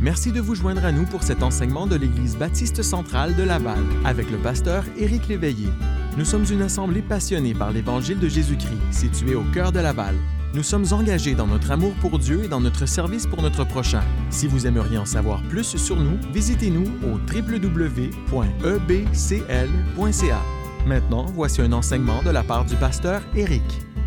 Merci de vous joindre à nous pour cet enseignement de l'Église baptiste centrale de Laval avec le pasteur Éric Léveillé. Nous sommes une assemblée passionnée par l'Évangile de Jésus-Christ, située au cœur de Laval. Nous sommes engagés dans notre amour pour Dieu et dans notre service pour notre prochain. Si vous aimeriez en savoir plus sur nous, visitez-nous au www.ebcl.ca. Maintenant, voici un enseignement de la part du pasteur Éric.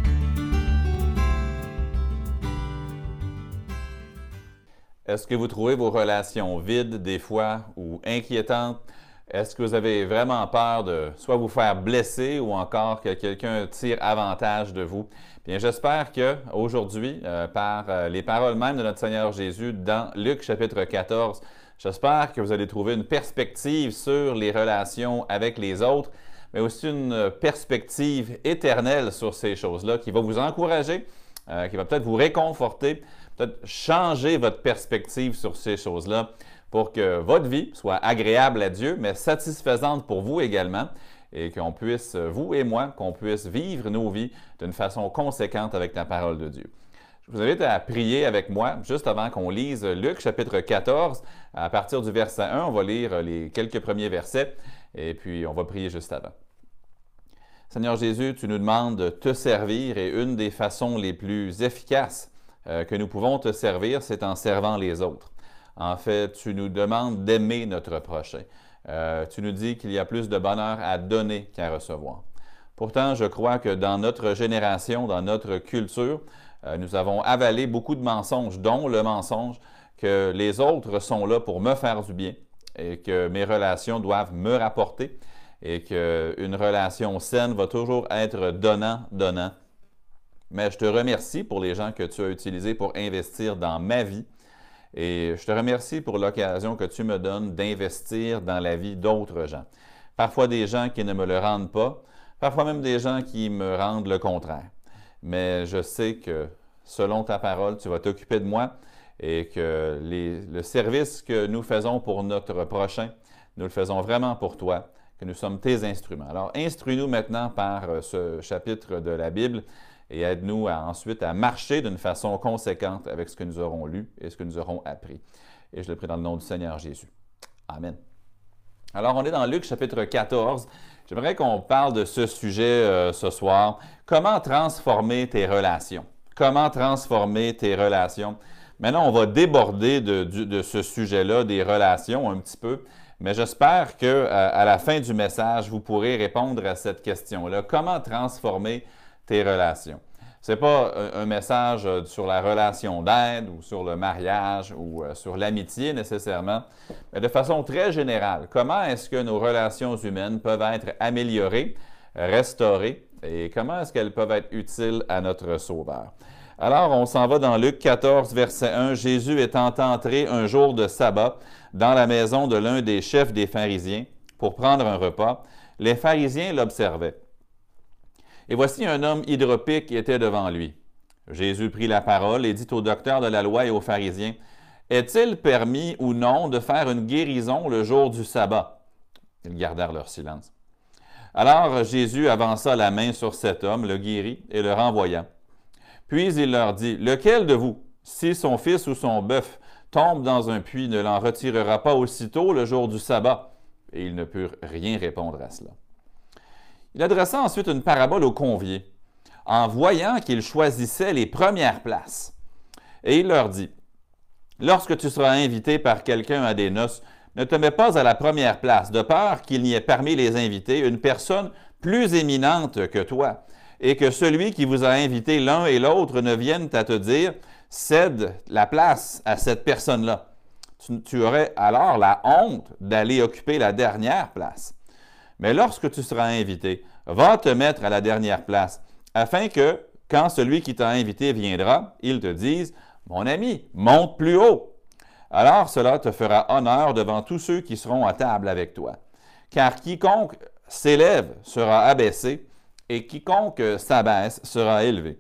Est-ce que vous trouvez vos relations vides des fois ou inquiétantes? Est-ce que vous avez vraiment peur de soit vous faire blesser ou encore que quelqu'un tire avantage de vous? Bien, j'espère qu'aujourd'hui, par les paroles même de notre Seigneur Jésus dans Luc chapitre 14, j'espère que vous allez trouver une perspective sur les relations avec les autres, mais aussi une perspective éternelle sur ces choses-là qui va vous encourager, qui va peut-être vous réconforter, peut-être changer votre perspective sur ces choses-là pour que votre vie soit agréable à Dieu, mais satisfaisante pour vous également, et qu'on puisse, vous et moi, qu'on puisse vivre nos vies d'une façon conséquente avec la parole de Dieu. Je vous invite à prier avec moi, juste avant qu'on lise Luc chapitre 14. À partir du verset 1, on va lire les quelques premiers versets, et puis on va prier juste avant. Seigneur Jésus, tu nous demandes de te servir, et une des façons les plus efficaces que nous pouvons te servir, c'est en servant les autres. En fait, tu nous demandes d'aimer notre prochain. Tu nous dis qu'il y a plus de bonheur à donner qu'à recevoir. Pourtant, je crois que dans notre génération, dans notre culture, nous avons avalé beaucoup de mensonges, dont le mensonge que les autres sont là pour me faire du bien et que mes relations doivent me rapporter et qu'une relation saine va toujours être donnant-donnant. Mais je te remercie pour les gens que tu as utilisés pour investir dans ma vie. Et je te remercie pour l'occasion que tu me donnes d'investir dans la vie d'autres gens. Parfois des gens qui ne me le rendent pas, parfois même des gens qui me rendent le contraire. Mais je sais que selon ta parole, tu vas t'occuper de moi et que le service que nous faisons pour notre prochain, nous le faisons vraiment pour toi, que nous sommes tes instruments. Alors, instruis-nous maintenant par ce chapitre de la Bible et aide-nous ensuite à marcher d'une façon conséquente avec ce que nous aurons lu et ce que nous aurons appris. Et je le prie dans le nom du Seigneur Jésus. Amen. Alors, on est dans Luc chapitre 14. J'aimerais qu'on parle de ce sujet ce soir. Comment transformer tes relations? Comment transformer tes relations? Maintenant, on va déborder de ce sujet-là, des relations, un petit peu. Mais j'espère qu'à la fin du message, vous pourrez répondre à cette question-là. Comment transformer tes relations? Ce n'est pas un message sur la relation d'aide ou sur le mariage ou sur l'amitié nécessairement, mais de façon très générale. Comment est-ce que nos relations humaines peuvent être améliorées, restaurées et comment est-ce qu'elles peuvent être utiles à notre Sauveur? Alors, on s'en va dans Luc 14, verset 1. Jésus étant entré un jour de sabbat dans la maison de l'un des chefs des pharisiens pour prendre un repas, les pharisiens l'observaient. Et voici un homme hydropique qui était devant lui. Jésus prit la parole et dit au docteur de la loi et aux pharisiens, « Est-il permis ou non de faire une guérison le jour du sabbat? » Ils gardèrent leur silence. Alors Jésus avança la main sur cet homme, le guérit et le renvoya. Puis il leur dit, « Lequel de vous, si son fils ou son bœuf tombe dans un puits, ne l'en retirera pas aussitôt le jour du sabbat? » Et ils ne purent rien répondre à cela. Il adressa ensuite une parabole aux conviés, en voyant qu'ils choisissaient les premières places. Et il leur dit, « Lorsque tu seras invité par quelqu'un à des noces, ne te mets pas à la première place, de peur qu'il n'y ait parmi les invités une personne plus éminente que toi, et que celui qui vous a invité l'un et l'autre ne vienne à te dire, « Cède la place à cette personne-là. » Tu aurais alors la honte d'aller occuper la dernière place. Mais lorsque tu seras invité, va te mettre à la dernière place, afin que, quand celui qui t'a invité viendra, il te dise, « Mon ami, monte plus haut. » Alors cela te fera honneur devant tous ceux qui seront à table avec toi. Car quiconque s'élève sera abaissé, et quiconque s'abaisse sera élevé.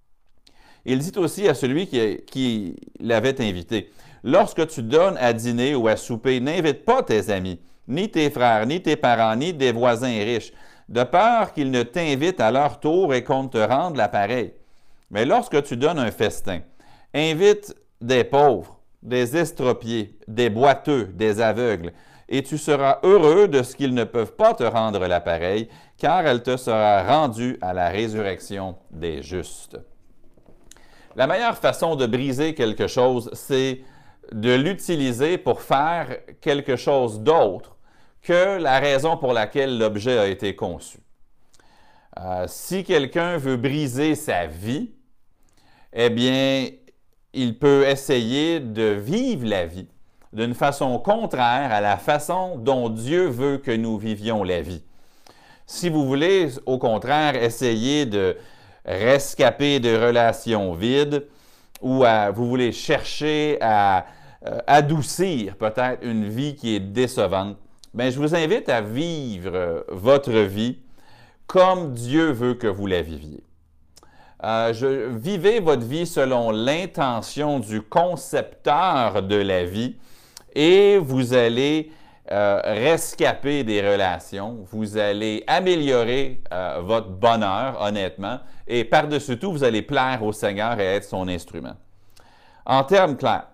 Il dit aussi à celui qui l'avait invité, « Lorsque tu donnes à dîner ou à souper, n'invite pas tes amis, ni tes frères, ni tes parents, ni des voisins riches, de peur qu'ils ne t'invitent à leur tour et qu'on ne te rende l'appareil. Mais lorsque tu donnes un festin, invite des pauvres, des estropiés, des boiteux, des aveugles, et tu seras heureux de ce qu'ils ne peuvent pas te rendre la pareille, car elle te sera rendue à la résurrection des justes. La meilleure façon de briser quelque chose, c'est de l'utiliser pour faire quelque chose d'autre que la raison pour laquelle l'objet a été conçu. Si quelqu'un veut briser sa vie, eh bien, il peut essayer de vivre la vie d'une façon contraire à la façon dont Dieu veut que nous vivions la vie. Si vous voulez, au contraire, essayer de rescaper des relations vides ou vous voulez chercher à adoucir peut-être une vie qui est décevante, bien, je vous invite à vivre votre vie comme Dieu veut que vous la viviez. Vivez votre vie selon l'intention du concepteur de la vie et vous allez rescaper des relations, vous allez améliorer votre bonheur, honnêtement, et par-dessus tout, vous allez plaire au Seigneur et être son instrument. En termes clairs,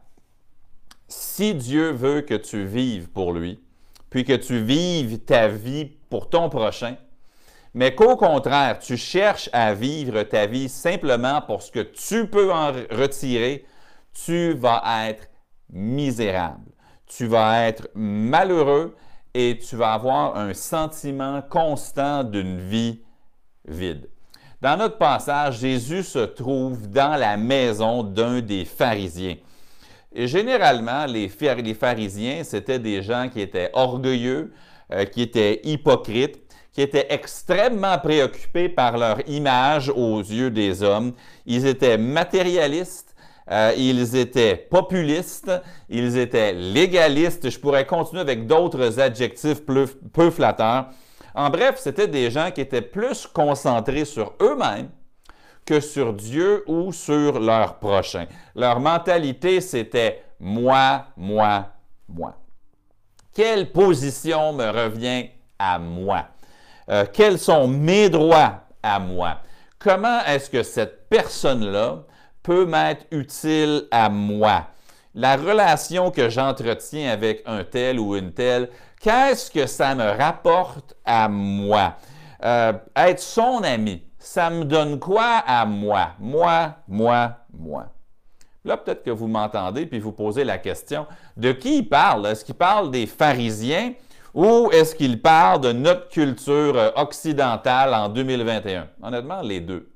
si Dieu veut que tu vives pour lui, puis que tu vives ta vie pour ton prochain, mais qu'au contraire, tu cherches à vivre ta vie simplement pour ce que tu peux en retirer, tu vas être misérable. Tu vas être malheureux et tu vas avoir un sentiment constant d'une vie vide. Dans notre passage, Jésus se trouve dans la maison d'un des pharisiens. Et généralement, les pharisiens, c'était des gens qui étaient orgueilleux, qui étaient hypocrites, qui étaient extrêmement préoccupés par leur image aux yeux des hommes. Ils étaient matérialistes, ils étaient populistes, ils étaient légalistes. Je pourrais continuer avec d'autres adjectifs peu flatteurs. En bref, c'était des gens qui étaient plus concentrés sur eux-mêmes que sur Dieu ou sur leur prochain. Leur mentalité, c'était « moi, moi, moi ». Quelle position me revient à moi? Quels sont mes droits à moi? Comment est-ce que cette personne-là peut m'être utile à moi? La relation que j'entretiens avec un tel ou une telle, qu'est-ce que ça me rapporte à moi? Être son ami, ça me donne quoi à moi? Moi, moi, moi. Là, peut-être que vous m'entendez puis vous posez la question, de qui il parle? Est-ce qu'il parle des pharisiens? Ou est-ce qu'il parle de notre culture occidentale en 2021? Honnêtement, les deux.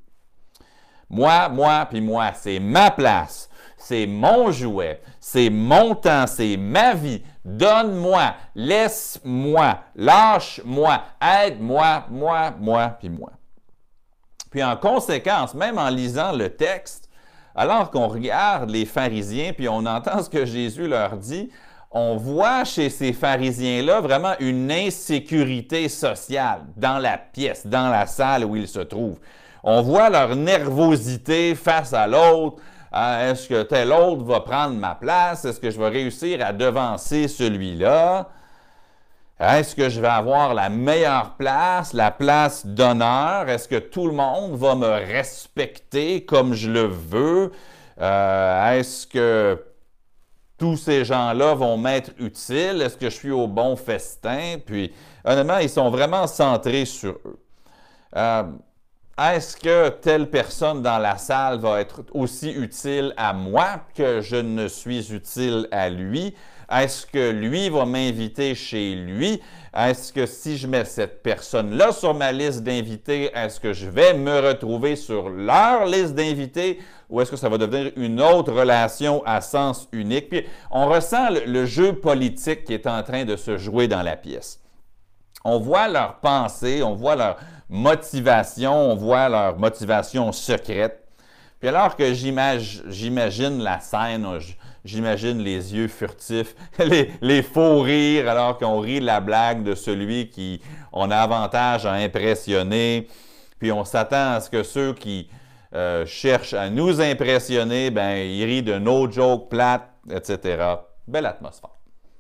Moi, puis moi, c'est ma place, c'est mon jouet, c'est mon temps, c'est ma vie. Donne-moi, laisse-moi, lâche-moi, aide-moi, moi, puis moi. Puis en conséquence, même en lisant le texte, alors qu'on regarde les pharisiens, puis on entend ce que Jésus leur dit, on voit chez ces pharisiens-là vraiment une insécurité sociale dans la pièce, dans la salle où ils se trouvent. On voit leur nervosité face à l'autre. Est-ce que tel autre va prendre ma place? Est-ce que je vais réussir à devancer celui-là? Est-ce que je vais avoir la meilleure place, la place d'honneur? Est-ce que tout le monde va me respecter comme je le veux? Est-ce que tous ces gens-là vont m'être utiles? Est-ce que je suis au bon festin? Puis, honnêtement, ils sont vraiment centrés sur eux. Est-ce que telle personne dans la salle va être aussi utile à moi que je ne suis utile à lui? Est-ce que lui va m'inviter chez lui? Est-ce que si je mets cette personne-là sur ma liste d'invités, est-ce que je vais me retrouver sur leur liste d'invités ou est-ce que ça va devenir une autre relation à sens unique? Puis on ressent le jeu politique qui est en train de se jouer dans la pièce. On voit leurs pensées, on voit leur motivation, on voit leur motivation secrète. Puis alors que j'imagine la scène, j'imagine les yeux furtifs, les faux rires, alors qu'on rit de la blague de celui qui on a avantage à impressionner. Puis on s'attend à ce que ceux qui cherchent à nous impressionner, ben ils rient de nos jokes plates, etc. Belle atmosphère.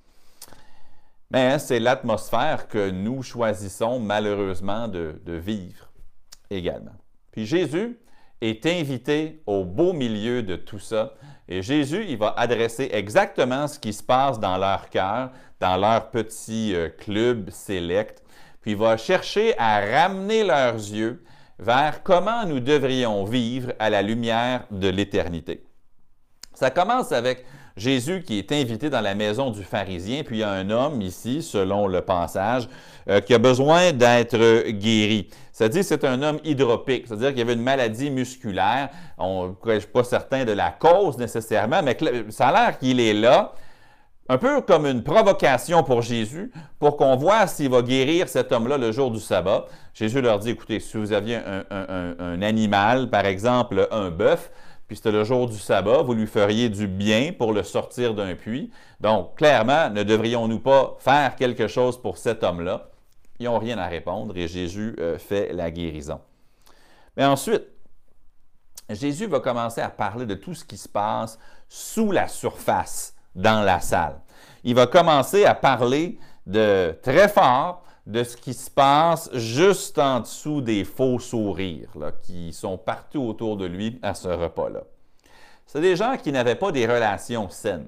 Mais c'est l'atmosphère que nous choisissons malheureusement de vivre également. Puis Jésus, est invité au beau milieu de tout ça. Et Jésus, il va adresser exactement ce qui se passe dans leur cœur, dans leur petit club sélect. Puis il va chercher à ramener leurs yeux vers comment nous devrions vivre à la lumière de l'éternité. Ça commence avec Jésus qui est invité dans la maison du pharisien, puis il y a un homme ici, selon le passage, qui a besoin d'être guéri. C'est-à-dire que c'est un homme hydropique, c'est-à-dire qu'il y avait une maladie musculaire. Je ne suis pas certain de la cause nécessairement, mais ça a l'air qu'il est là, un peu comme une provocation pour Jésus, pour qu'on voit s'il va guérir cet homme-là le jour du sabbat. Jésus leur dit, écoutez, si vous aviez un animal, par exemple un bœuf, puis c'était le jour du sabbat, vous lui feriez du bien pour le sortir d'un puits. Donc, clairement, ne devrions-nous pas faire quelque chose pour cet homme-là? Ils n'ont rien à répondre et Jésus fait la guérison. Mais ensuite, Jésus va commencer à parler de tout ce qui se passe sous la surface dans la salle. Il va commencer à parler de très fort de ce qui se passe juste en dessous des faux sourires là, qui sont partout autour de lui à ce repas-là. C'est des gens qui n'avaient pas des relations saines.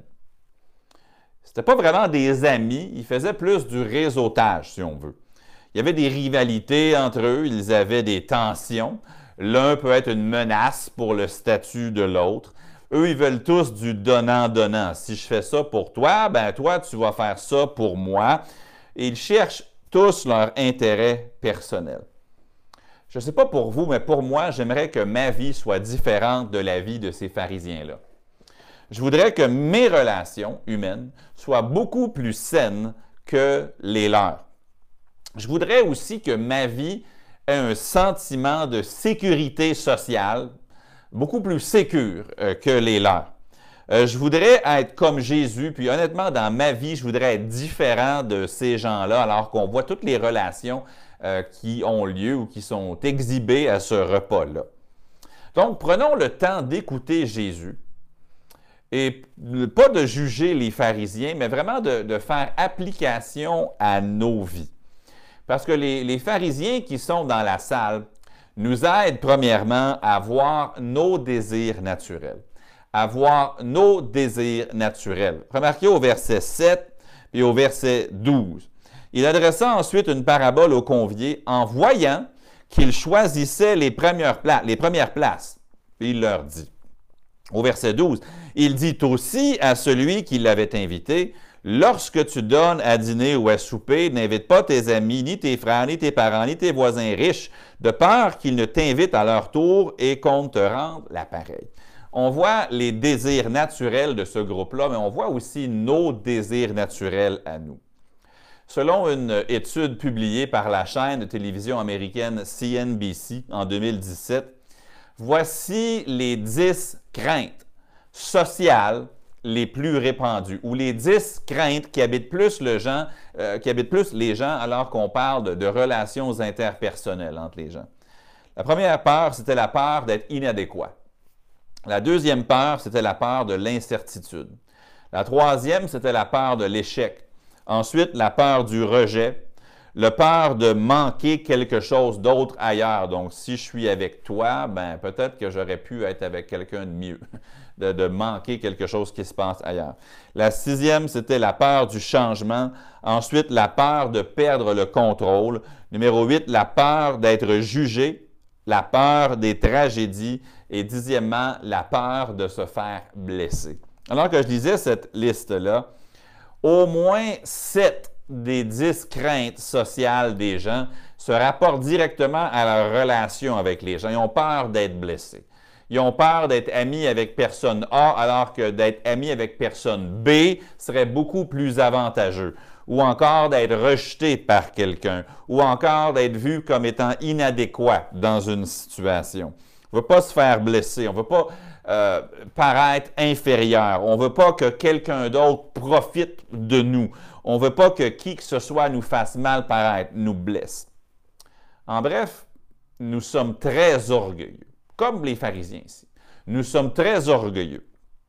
Ce n'étaient pas vraiment des amis, ils faisaient plus du réseautage, si on veut. Il y avait des rivalités entre eux, ils avaient des tensions. L'un peut être une menace pour le statut de l'autre. Eux, ils veulent tous du donnant-donnant. Si je fais ça pour toi, ben toi, tu vas faire ça pour moi. Et ils cherchent tous leur intérêt personnel. Je ne sais pas pour vous, mais pour moi, j'aimerais que ma vie soit différente de la vie de ces pharisiens-là. Je voudrais que mes relations humaines soient beaucoup plus saines que les leurs. Je voudrais aussi que ma vie ait un sentiment de sécurité sociale beaucoup plus sécure que les leurs. Je voudrais être comme Jésus, puis honnêtement, dans ma vie, je voudrais être différent de ces gens-là, alors qu'on voit toutes les relations qui ont lieu ou qui sont exhibées à ce repas-là. Donc, prenons le temps d'écouter Jésus et pas de juger les pharisiens, mais vraiment de faire application à nos vies. Parce que les pharisiens qui sont dans la salle nous aident premièrement à voir nos désirs naturels. À voir nos désirs naturels. Remarquez au verset 7 et au verset 12. Il adressa ensuite une parabole aux conviés en voyant qu'ils choisissaient les premières places. Et il leur dit, au verset 12, il dit aussi à celui qui l'avait invité, « Lorsque tu donnes à dîner ou à souper, n'invite pas tes amis, ni tes frères, ni tes parents, ni tes voisins riches, de peur qu'ils ne t'invitent à leur tour et qu'on te rende l'appareil. » On voit les désirs naturels de ce groupe-là, mais on voit aussi nos désirs naturels à nous. Selon une étude publiée par la chaîne de télévision américaine CNBC en 2017, voici les 10 craintes sociales les plus répandues, ou les 10 craintes qui habitent plus les gens alors qu'on parle de relations interpersonnelles entre les gens. La première peur, c'était la peur d'être inadéquat. La deuxième peur, c'était la peur de l'incertitude. La troisième, c'était la peur de l'échec. Ensuite, la peur du rejet, la peur de manquer quelque chose d'autre ailleurs. Donc, si je suis avec toi, ben peut-être que j'aurais pu être avec quelqu'un de mieux, de manquer quelque chose qui se passe ailleurs. La sixième, c'était la peur du changement. Ensuite, la peur de perdre le contrôle. Numéro 8, la peur d'être jugé, la peur des tragédies. Et dixièmement, la peur de se faire blesser. Alors que je lisais cette liste-là, au moins 7 des 10 craintes sociales des gens se rapportent directement à leur relation avec les gens. Ils ont peur d'être blessés. Ils ont peur d'être amis avec personne A, alors que d'être amis avec personne B serait beaucoup plus avantageux. Ou encore d'être rejeté par quelqu'un. Ou encore d'être vu comme étant inadéquat dans une situation. On ne veut pas se faire blesser, on ne veut pas paraître inférieur, on ne veut pas que quelqu'un d'autre profite de nous, on ne veut pas que qui que ce soit nous fasse mal paraître, nous blesse. En bref, nous sommes très orgueilleux, comme les pharisiens ici. Nous sommes très orgueilleux.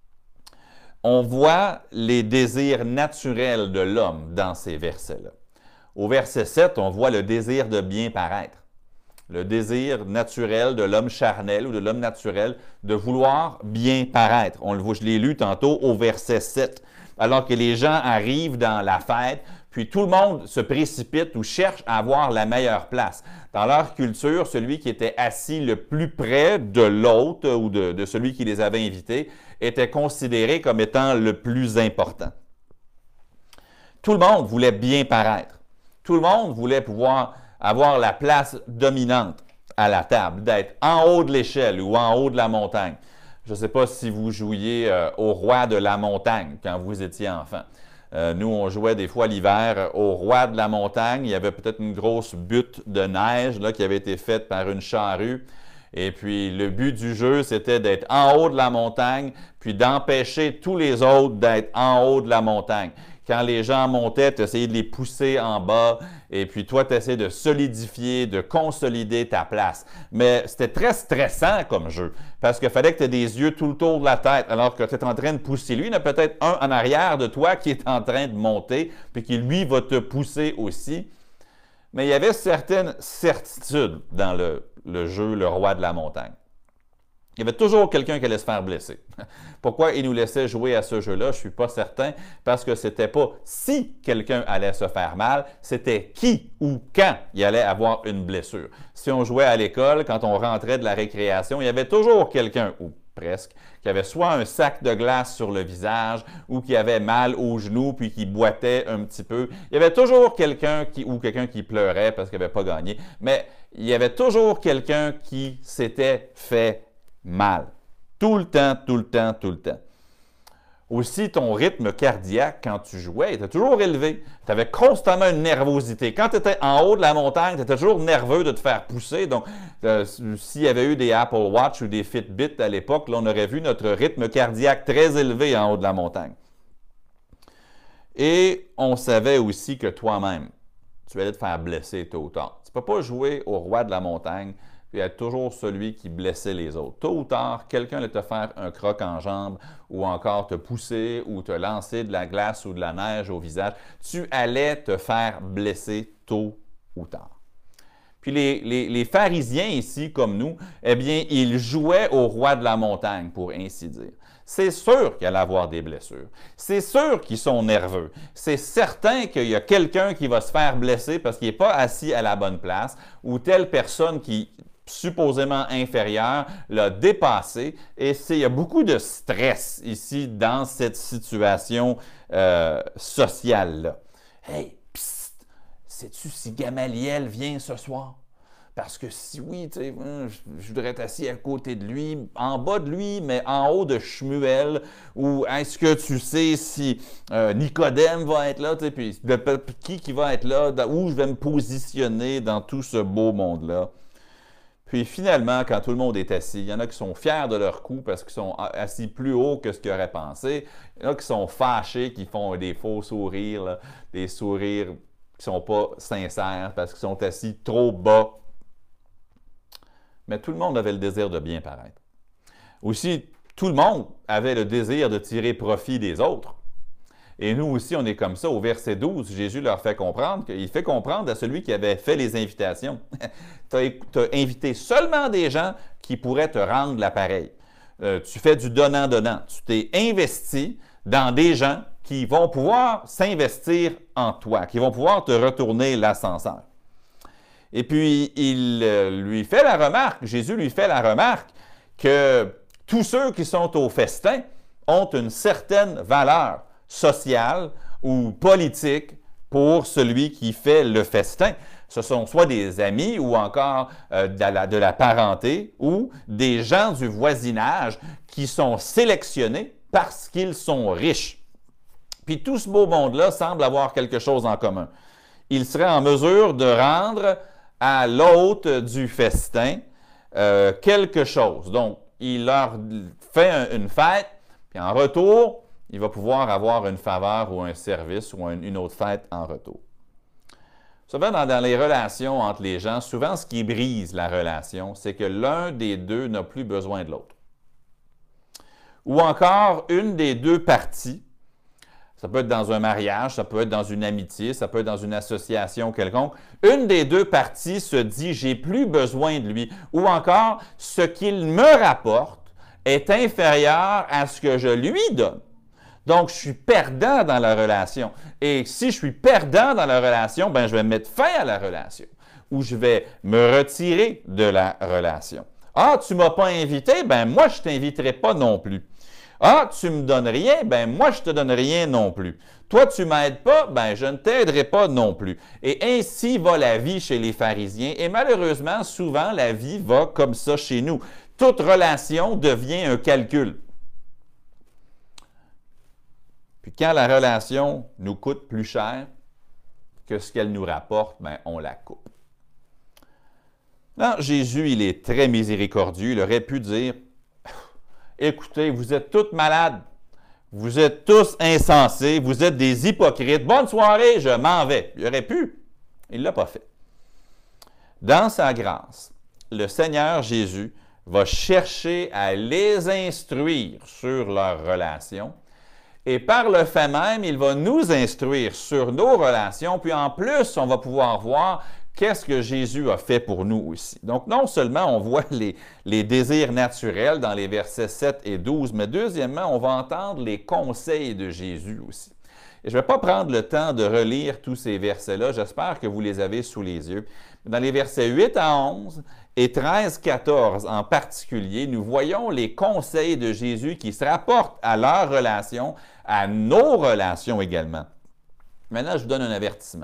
On voit les désirs naturels de l'homme dans ces versets-là. Au verset 7, on voit le désir de bien paraître. le désir naturel de l'homme charnel ou de l'homme naturel de vouloir bien paraître. Je l'ai lu tantôt au verset 7. Alors que les gens arrivent dans la fête, puis tout le monde se précipite ou cherche à avoir la meilleure place. Dans leur culture, celui qui était assis le plus près de l'hôte ou de celui qui les avait invités était considéré comme étant le plus important. Tout le monde voulait bien paraître. Tout le monde voulait pouvoir avoir la place dominante à la table, d'être en haut de l'échelle ou en haut de la montagne. Je ne sais pas si vous jouiez au roi de la montagne quand vous étiez enfant. Nous, on jouait des fois l'hiver au roi de la montagne. Il y avait peut-être une grosse butte de neige là, qui avait été faite par une charrue. Et puis, le but du jeu, c'était d'être en haut de la montagne, puis d'empêcher tous les autres d'être en haut de la montagne. Quand les gens montaient, tu essayais de les pousser en bas, et puis toi, tu essayais de solidifier, de consolider ta place. Mais c'était très stressant comme jeu, parce qu'il fallait que tu aies des yeux tout le tour de la tête, alors que tu es en train de pousser. Lui, il y en a peut-être un en arrière de toi qui est en train de monter, puis qui, lui, va te pousser aussi. Mais il y avait certaines certitudes dans le jeu Le Roi de la Montagne. Il y avait toujours quelqu'un qui allait se faire blesser. Pourquoi il nous laissait jouer à ce jeu-là? Je ne suis pas certain, parce que ce n'était pas si quelqu'un allait se faire mal, c'était qui ou quand il allait avoir une blessure. Si on jouait à l'école, quand on rentrait de la récréation, il y avait toujours quelqu'un, ou presque, qui avait soit un sac de glace sur le visage ou qui avait mal aux genoux puis qui boitait un petit peu. Il y avait toujours quelqu'un qui pleurait parce qu'il n'avait pas gagné, mais il y avait toujours quelqu'un qui s'était fait mal. Tout le temps, tout le temps, tout le temps. Aussi, ton rythme cardiaque, quand tu jouais, était toujours élevé. Tu avais constamment une nervosité. Quand tu étais en haut de la montagne, tu étais toujours nerveux de te faire pousser. Donc, s'il y avait eu des Apple Watch ou des Fitbit à l'époque, là, on aurait vu notre rythme cardiaque très élevé en haut de la montagne. Et on savait aussi que toi-même, tu allais te faire blesser tôt ou tard. Tu ne peux pas jouer au roi de la montagne puis être toujours celui qui blessait les autres. Tôt ou tard, quelqu'un allait te faire un croc en jambe ou encore te pousser ou te lancer de la glace ou de la neige au visage. Tu allais te faire blesser tôt ou tard. Puis les pharisiens ici, comme nous, eh bien, ils jouaient au roi de la montagne, pour ainsi dire. C'est sûr qu'il allait avoir des blessures. C'est sûr qu'ils sont nerveux. C'est certain qu'il y a quelqu'un qui va se faire blesser parce qu'il n'est pas assis à la bonne place ou telle personne qui supposément inférieur l'a dépassé. Et il y a beaucoup de stress ici dans cette situation sociale-là. Hey, psst, sais-tu si Gamaliel vient ce soir? Parce que si oui, tu sais, je voudrais être assis à côté de lui, en bas de lui, mais en haut de Shmuel, ou est-ce que tu sais si Nicodème va être là, tu sais, puis qui va être là, où je vais me positionner dans tout ce beau monde-là. Puis finalement, quand tout le monde est assis, il y en a qui sont fiers de leur coup parce qu'ils sont assis plus haut que ce qu'ils auraient pensé. Il y en a qui sont fâchés, qui font des faux sourires, là, des sourires qui ne sont pas sincères parce qu'ils sont assis trop bas. Mais tout le monde avait le désir de bien paraître. Aussi, tout le monde avait le désir de tirer profit des autres. Et nous aussi, on est comme ça. Au verset 12, Jésus leur fait comprendre qu'il fait comprendre à celui qui avait fait les invitations. Tu as invité seulement des gens qui pourraient te rendre l'appareil. Tu fais du donnant-donnant. Tu t'es investi dans des gens qui vont pouvoir s'investir en toi, qui vont pouvoir te retourner l'ascenseur. Et puis, lui fait la remarque, Jésus lui fait la remarque que tous ceux qui sont au festin ont une certaine valeur sociale ou politique pour celui qui fait le festin. Ce sont soit des amis ou encore de la parenté ou des gens du voisinage qui sont sélectionnés parce qu'ils sont riches. Puis tout ce beau monde-là semble avoir quelque chose en commun. Il serait en mesure de rendre à l'hôte du festin quelque chose. Donc, il leur fait une fête, puis en retour, il va pouvoir avoir une faveur ou un service ou une autre fête en retour. Souvent, dans les relations entre les gens, souvent, ce qui brise la relation, c'est que l'un des deux n'a plus besoin de l'autre. Ou encore, une des deux parties Ça peut être dans un mariage, ça peut être dans une amitié, ça peut être dans une association quelconque. Une des deux parties se dit « j'ai plus besoin de lui » ou encore « ce qu'il me rapporte est inférieur à ce que je lui donne ». Donc, je suis perdant dans la relation. Et si je suis perdant dans la relation, ben, je vais mettre fin à la relation ou je vais me retirer de la relation. Ah, tu ne m'as pas invité? Ben, moi, je ne t'inviterai pas non plus. Ah, tu ne me donnes rien? Ben, moi, je ne te donne rien non plus. Toi, tu ne m'aides pas? Ben, je ne t'aiderai pas non plus. Et ainsi va la vie chez les pharisiens. Et malheureusement, souvent, la vie va comme ça chez nous. Toute relation devient un calcul. Puis quand la relation nous coûte plus cher que ce qu'elle nous rapporte, ben, on la coupe. Là, Jésus, il est très miséricordieux. Il aurait pu dire « Écoutez, vous êtes tous malades, vous êtes tous insensés, vous êtes des hypocrites. Bonne soirée, je m'en vais. » Il aurait pu. Il ne l'a pas fait. Dans sa grâce, le Seigneur Jésus va chercher à les instruire sur leur relation. Et par le fait même, il va nous instruire sur nos relations. Puis en plus, on va pouvoir voir qu'est-ce que Jésus a fait pour nous aussi. Donc, non seulement on voit les désirs naturels dans les versets 7 et 12, mais deuxièmement, on va entendre les conseils de Jésus aussi. Et je ne vais pas prendre le temps de relire tous ces versets-là. J'espère que vous les avez sous les yeux. Dans les versets 8 à 11 et 13-14 en particulier, nous voyons les conseils de Jésus qui se rapportent à leur relation, à nos relations également. Maintenant, je vous donne un avertissement.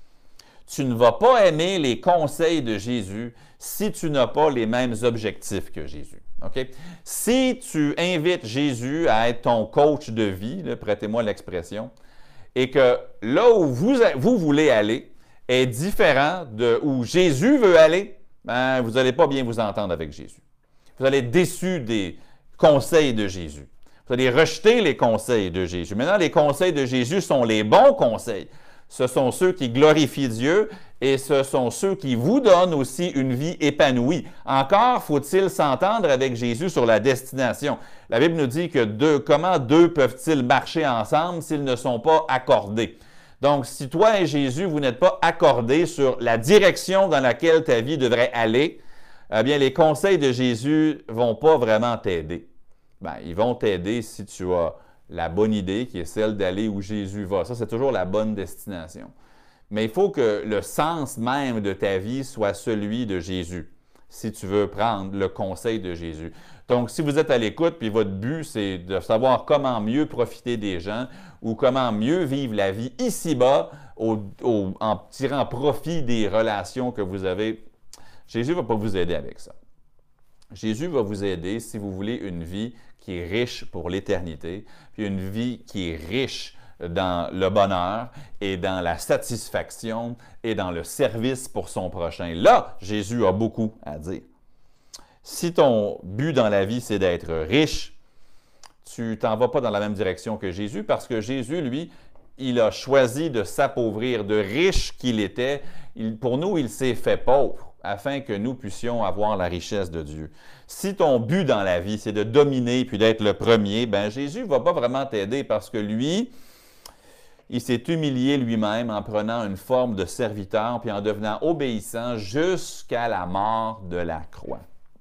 Tu ne vas pas aimer les conseils de Jésus si tu n'as pas les mêmes objectifs que Jésus. Okay? Si tu invites Jésus à être ton coach de vie, prêtez-moi l'expression, et que là où vous voulez aller est différent de où Jésus veut aller, ben, vous n'allez pas bien vous entendre avec Jésus. Vous allez être déçu des conseils de Jésus. Vous allez rejeter les conseils de Jésus. Maintenant, les conseils de Jésus sont les bons conseils. Ce sont ceux qui glorifient Dieu et ce sont ceux qui vous donnent aussi une vie épanouie. Encore faut-il s'entendre avec Jésus sur la destination. La Bible nous dit que comment deux peuvent-ils marcher ensemble s'ils ne sont pas accordés? Donc, si toi et Jésus, vous n'êtes pas accordés sur la direction dans laquelle ta vie devrait aller, eh bien, les conseils de Jésus ne vont pas vraiment t'aider. Bien, ils vont t'aider si tu as la bonne idée qui est celle d'aller où Jésus va. Ça, c'est toujours la bonne destination. Mais il faut que le sens même de ta vie soit celui de Jésus, si tu veux prendre le conseil de Jésus. Donc, si vous êtes à l'écoute, puis votre but, c'est de savoir comment mieux profiter des gens ou comment mieux vivre la vie ici-bas en tirant profit des relations que vous avez, Jésus ne va pas vous aider avec ça. Jésus va vous aider si vous voulez une vie qui est riche pour l'éternité, puis une vie qui est riche dans le bonheur et dans la satisfaction et dans le service pour son prochain. Là, Jésus a beaucoup à dire. Si ton but dans la vie, c'est d'être riche, tu t'en vas pas dans la même direction que Jésus parce que Jésus, lui, il a choisi de s'appauvrir, de riche qu'il était. Pour nous, il s'est fait pauvre afin que nous puissions avoir la richesse de Dieu. Si ton but dans la vie, c'est de dominer puis d'être le premier, bien Jésus ne va pas vraiment t'aider parce que lui, il s'est humilié lui-même en prenant une forme de serviteur puis en devenant obéissant jusqu'à la mort de la croix.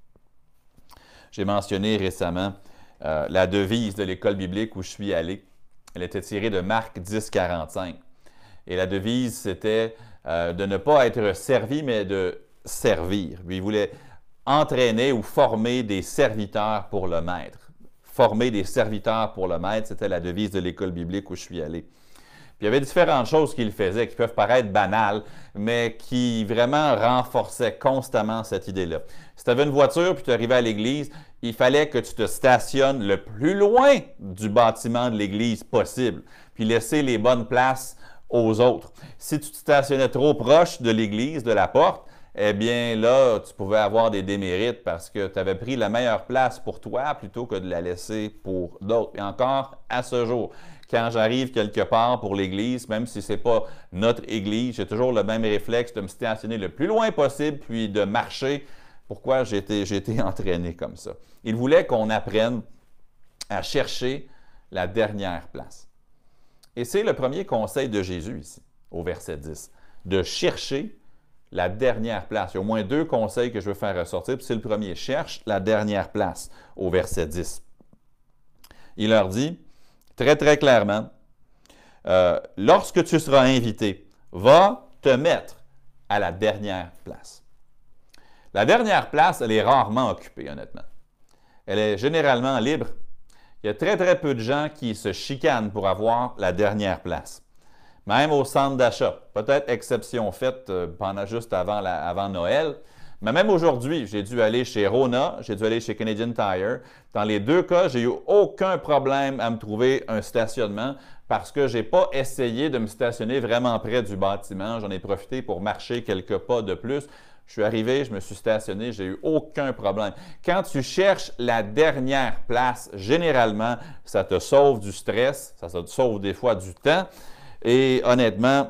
J'ai mentionné récemment la devise de l'école biblique où je suis allé. Elle était tirée de Marc 10, 45. Et la devise, c'était de ne pas être servi, mais de servir. Puis il voulait entraîner ou former des serviteurs pour le maître. Former des serviteurs pour le maître, c'était la devise de l'école biblique où je suis allé. Puis il y avait différentes choses qu'il faisait qui peuvent paraître banales, mais qui vraiment renforçaient constamment cette idée-là. Si tu avais une voiture puis tu arrivais à l'église, il fallait que tu te stationnes le plus loin du bâtiment de l'église possible, puis laisser les bonnes places aux autres. Si tu te stationnais trop proche de l'église, de la porte, eh bien là, tu pouvais avoir des démérites parce que tu avais pris la meilleure place pour toi plutôt que de la laisser pour d'autres. Et encore, à ce jour, quand j'arrive quelque part pour l'église, même si ce n'est pas notre église, j'ai toujours le même réflexe de me stationner le plus loin possible puis de marcher. Pourquoi j'ai été entraîné comme ça? Il voulait qu'on apprenne à chercher la dernière place. Et c'est le premier conseil de Jésus ici, au verset 10, de chercher la dernière place. Il y a au moins 2 conseils que je veux faire ressortir, puis c'est le premier. Cherche la dernière place, au verset 10. Il leur dit, très, très clairement, lorsque tu seras invité, va te mettre à la dernière place. La dernière place, elle est rarement occupée, honnêtement. Elle est généralement libre. Il y a très, très peu de gens qui se chicanent pour avoir la dernière place. Même au centre d'achat. Peut-être exception faite juste avant Noël. Mais même aujourd'hui, j'ai dû aller chez Rona, j'ai dû aller chez Canadian Tire. Dans les 2 cas, j'ai eu aucun problème à me trouver un stationnement parce que je n'ai pas essayé de me stationner vraiment près du bâtiment. J'en ai profité pour marcher quelques pas de plus. Je suis arrivé, je me suis stationné, j'ai eu aucun problème. Quand tu cherches la dernière place, généralement, ça te sauve du stress, ça te sauve des fois du temps et honnêtement,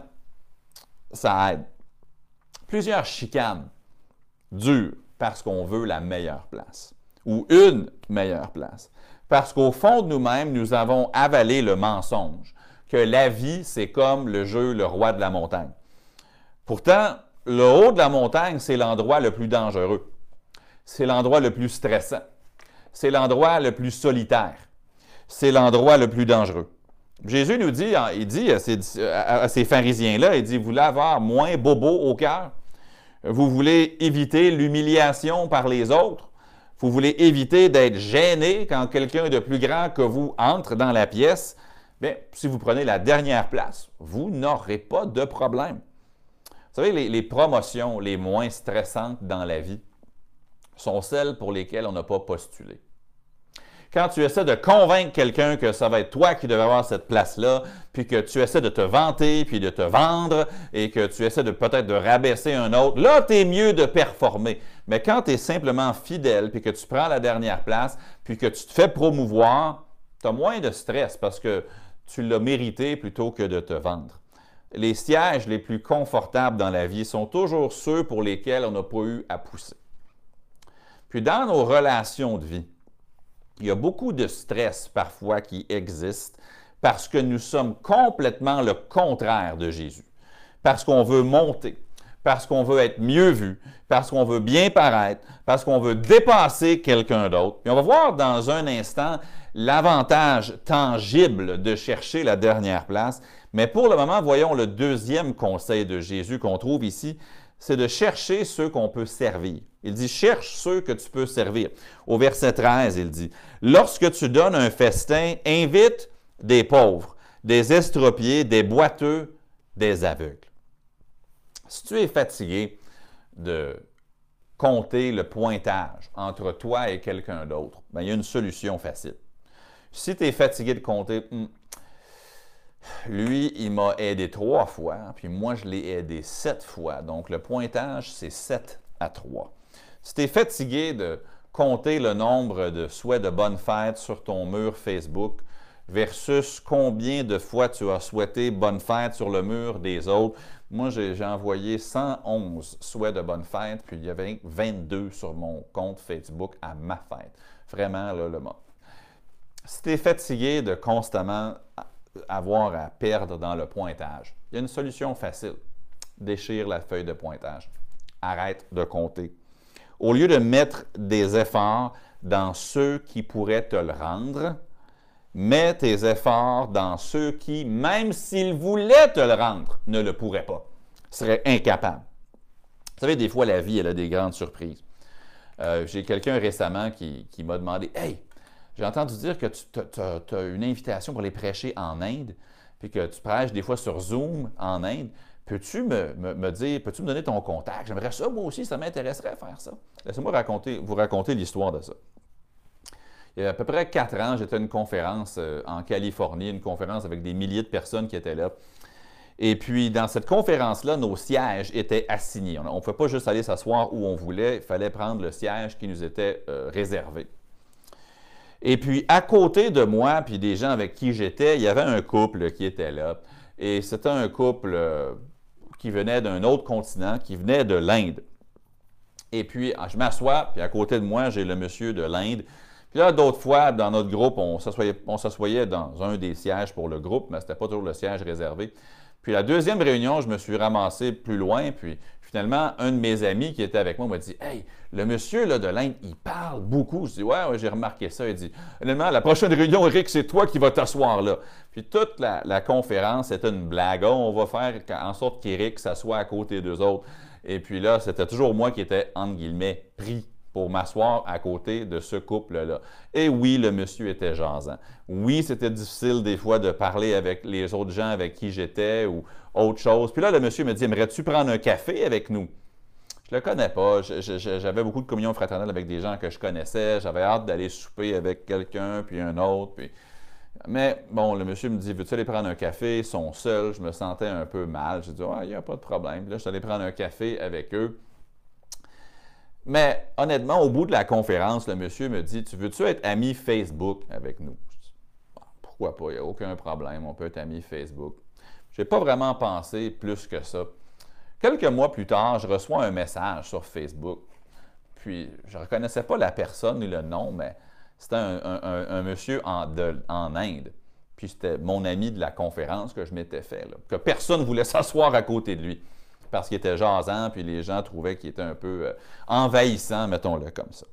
ça aide. Plusieurs chicanes durent parce qu'on veut la meilleure place ou une meilleure place. Parce qu'au fond de nous-mêmes, nous avons avalé le mensonge que la vie, c'est comme le jeu Le Roi de la montagne. Pourtant, le haut de la montagne, c'est l'endroit le plus dangereux. C'est l'endroit le plus stressant. C'est l'endroit le plus solitaire. C'est l'endroit le plus dangereux. Jésus nous dit, il dit à ces pharisiens-là, il dit, vous voulez avoir moins bobo au cœur? Vous voulez éviter l'humiliation par les autres? Vous voulez éviter d'être gêné quand quelqu'un de plus grand que vous entre dans la pièce? Bien, si vous prenez la dernière place, vous n'aurez pas de problème. Vous savez, les promotions les moins stressantes dans la vie sont celles pour lesquelles on n'a pas postulé. Quand tu essaies de convaincre quelqu'un que ça va être toi qui devais avoir cette place-là, puis que tu essaies de te vanter, puis de te vendre, et que tu essaies peut-être de rabaisser un autre, là, tu es mieux de performer. Mais quand tu es simplement fidèle, puis que tu prends la dernière place, puis que tu te fais promouvoir, tu as moins de stress parce que tu l'as mérité plutôt que de te vendre. Les sièges les plus confortables dans la vie sont toujours ceux pour lesquels on n'a pas eu à pousser. Puis dans nos relations de vie, il y a beaucoup de stress parfois qui existe parce que nous sommes complètement le contraire de Jésus. Parce qu'on veut monter, parce qu'on veut être mieux vu, parce qu'on veut bien paraître, parce qu'on veut dépasser quelqu'un d'autre. Et on va voir dans un instant l'avantage tangible de chercher la dernière place. Mais pour le moment, voyons le 2e conseil de Jésus qu'on trouve ici, c'est de chercher ceux qu'on peut servir. Il dit, cherche ceux que tu peux servir. Au verset 13, il dit, lorsque tu donnes un festin, invite des pauvres, des estropiés, des boiteux, des aveugles. Si tu es fatigué de compter le pointage entre toi et quelqu'un d'autre, bien, il y a une solution facile. Si tu es fatigué de compter, lui, il m'a aidé 3 fois, puis moi, je l'ai aidé 7 fois. Donc, le pointage, c'est 7-3. Si tu es fatigué de compter le nombre de souhaits de bonne fête sur ton mur Facebook versus combien de fois tu as souhaité bonne fête sur le mur des autres, moi, j'ai envoyé 111 souhaits de bonne fête, puis il y avait 22 sur mon compte Facebook à ma fête. Vraiment, là, le mot. Si tu es fatigué de constamment avoir à perdre dans le pointage, il y a une solution facile. Déchire la feuille de pointage. Arrête de compter. Au lieu de mettre des efforts dans ceux qui pourraient te le rendre, mets tes efforts dans ceux qui, même s'ils voulaient te le rendre, ne le pourraient pas, seraient incapables. Vous savez, des fois, la vie, elle a des grandes surprises. J'ai quelqu'un récemment qui m'a demandé « Hey, j'ai entendu dire que tu as une invitation pour aller prêcher en Inde, puis que tu prêches des fois sur Zoom en Inde. Peux-tu me dire, peux-tu me donner ton contact? J'aimerais ça, moi aussi, ça m'intéresserait à faire ça. » Laissez-moi vous raconter l'histoire de ça. Il y a à peu près 4 ans, j'étais à une conférence en Californie, une conférence avec des milliers de personnes qui étaient là. Et puis, dans cette conférence-là, nos sièges étaient assignés. On ne pouvait pas juste aller s'asseoir où on voulait, il fallait prendre le siège qui nous était réservé. Et puis, à côté de moi, puis des gens avec qui j'étais, il y avait un couple qui était là. Et c'était un couple qui venait d'un autre continent, qui venait de l'Inde. Et puis, je m'assois, puis à côté de moi, j'ai le monsieur de l'Inde. Puis là, d'autres fois, dans notre groupe, on s'assoyait dans un des sièges pour le groupe, mais ce n'était pas toujours le siège réservé. Puis la deuxième réunion, je me suis ramassé plus loin, puis finalement, un de mes amis qui était avec moi m'a dit « Hey, le monsieur là, de l'Inde, il parle beaucoup. » Je dis « Ouais, j'ai remarqué ça. » Il dit « Honnêtement, la prochaine réunion, Eric, c'est toi qui vas t'asseoir là. » Puis toute la conférence, c'était une blague. Oh, on va faire en sorte qu'Éric s'assoie à côté d'eux autres. Et puis là, c'était toujours moi qui étais, entre guillemets, pris pour m'asseoir à côté de ce couple-là. Et oui, le monsieur était jasant. Oui, c'était difficile des fois de parler avec les autres gens avec qui j'étais ou autre chose. Puis là, le monsieur me dit « Aimerais-tu prendre un café avec nous? » Je le connais pas. J'avais beaucoup de communion fraternelle avec des gens que je connaissais. J'avais hâte d'aller souper avec quelqu'un, puis un autre. Mais bon, le monsieur me dit « Veux-tu aller prendre un café? » Ils sont seuls. Je me sentais un peu mal. J'ai dit « Il n'y a pas de problème. » Puis là, je suis allé prendre un café avec eux. Mais honnêtement, au bout de la conférence, le monsieur me dit « Tu veux-tu être ami Facebook avec nous? » Je dis « Pourquoi pas? Il n'y a aucun problème. On peut être ami Facebook. » Je n'ai pas vraiment pensé plus que ça. Quelques mois plus tard, je reçois un message sur Facebook. Puis, je ne reconnaissais pas la personne ni le nom, mais c'était un monsieur en Inde. Puis, c'était mon ami de la conférence que je m'étais fait, là, que personne ne voulait s'asseoir à côté de lui. Parce qu'il était jasant, puis les gens trouvaient qu'il était un peu envahissant, mettons-le comme ça.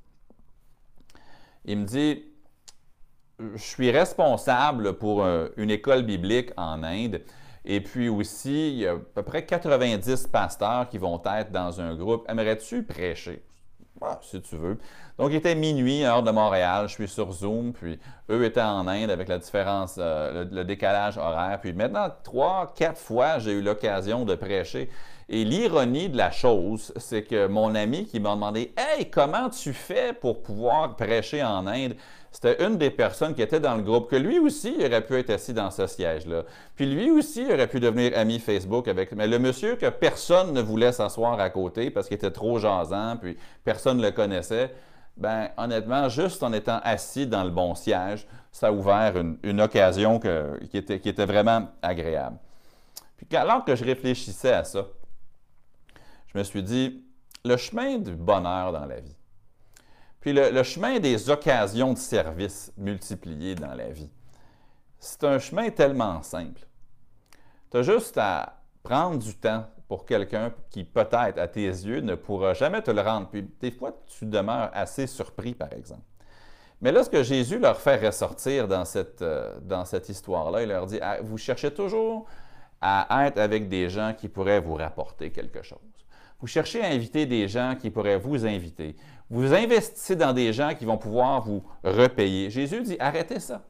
Il me dit « Je suis responsable pour une école biblique en Inde, et puis aussi, il y a à peu près 90 pasteurs qui vont être dans un groupe. Aimerais-tu prêcher? » Si tu veux. Donc, il était minuit, à l'heure de Montréal, je suis sur Zoom, puis eux étaient en Inde avec la différence, le décalage horaire. Puis maintenant, 3-4 fois, j'ai eu l'occasion de prêcher. Et l'ironie de la chose, c'est que mon ami qui m'a demandé « Hey, comment tu fais pour pouvoir prêcher en Inde? » C'était une des personnes qui était dans le groupe, que lui aussi, il aurait pu être assis dans ce siège-là. Puis lui aussi, il aurait pu devenir ami Facebook avec... Mais le monsieur que personne ne voulait s'asseoir à côté parce qu'il était trop jasant, puis personne ne le connaissait, bien, honnêtement, juste en étant assis dans le bon siège, ça a ouvert une occasion qui était vraiment agréable. Puis alors que je réfléchissais à ça, je me suis dit, le chemin du bonheur dans la vie, puis le chemin des occasions de service multipliées dans la vie, c'est un chemin tellement simple. Tu as juste à prendre du temps pour quelqu'un qui, peut-être, à tes yeux, ne pourra jamais te le rendre. Puis des fois, tu demeures assez surpris, par exemple. Mais là, ce que Jésus leur fait ressortir dans cette histoire-là, il leur dit, vous cherchez toujours à être avec des gens qui pourraient vous rapporter quelque chose. Vous cherchez à inviter des gens qui pourraient vous inviter. Vous investissez dans des gens qui vont pouvoir vous repayer. Jésus dit, arrêtez ça.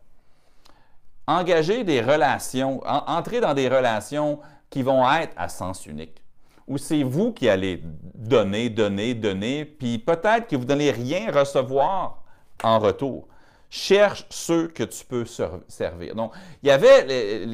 Engagez des relations, entrez dans des relations qui vont être à sens unique, où c'est vous qui allez donner, puis peut-être que vous n'allez rien recevoir en retour. Cherche ceux que tu peux servir. Donc, il y avait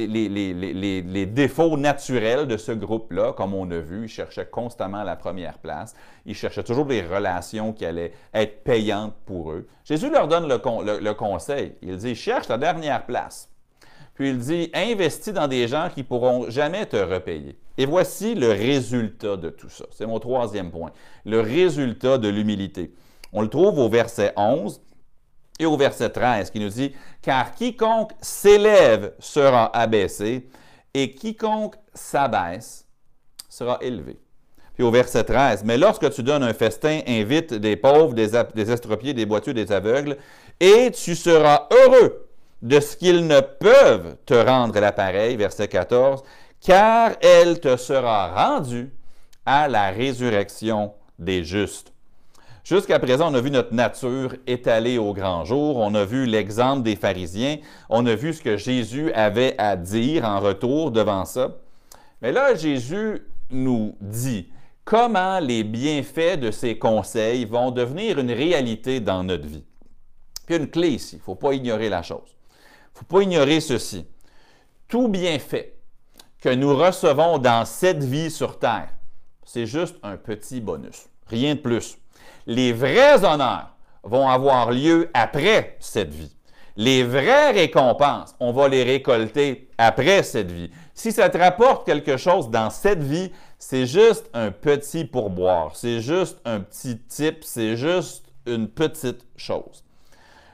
les défauts naturels de ce groupe-là, comme on a vu. Ils cherchaient constamment la première place. Ils cherchaient toujours des relations qui allaient être payantes pour eux. Jésus leur donne le conseil. Il dit, cherche la dernière place. Puis il dit, investis dans des gens qui ne pourront jamais te repayer. Et voici le résultat de tout ça. C'est mon troisième point. Le résultat de l'humilité. On le trouve au verset 11. Et au verset 13, qui nous dit « Car quiconque s'élève sera abaissé, et quiconque s'abaisse sera élevé. » Puis au verset 13, « Mais lorsque tu donnes un festin, invite des pauvres, des estropiés, des boiteux, des aveugles, et tu seras heureux de ce qu'ils ne peuvent te rendre l'appareil. » Verset 14, « Car elle te sera rendue à la résurrection des justes. » Jusqu'à présent, on a vu notre nature étalée au grand jour, on a vu l'exemple des pharisiens, on a vu ce que Jésus avait à dire en retour devant ça. Mais là, Jésus nous dit comment les bienfaits de ses conseils vont devenir une réalité dans notre vie. Puis il y a une clé ici, il ne faut pas ignorer la chose. Il ne faut pas ignorer ceci. Tout bienfait que nous recevons dans cette vie sur terre, c'est juste un petit bonus, rien de plus. Les vrais honneurs vont avoir lieu après cette vie. Les vraies récompenses, on va les récolter après cette vie. Si ça te rapporte quelque chose dans cette vie, c'est juste un petit pourboire, c'est juste un petit tip, c'est juste une petite chose.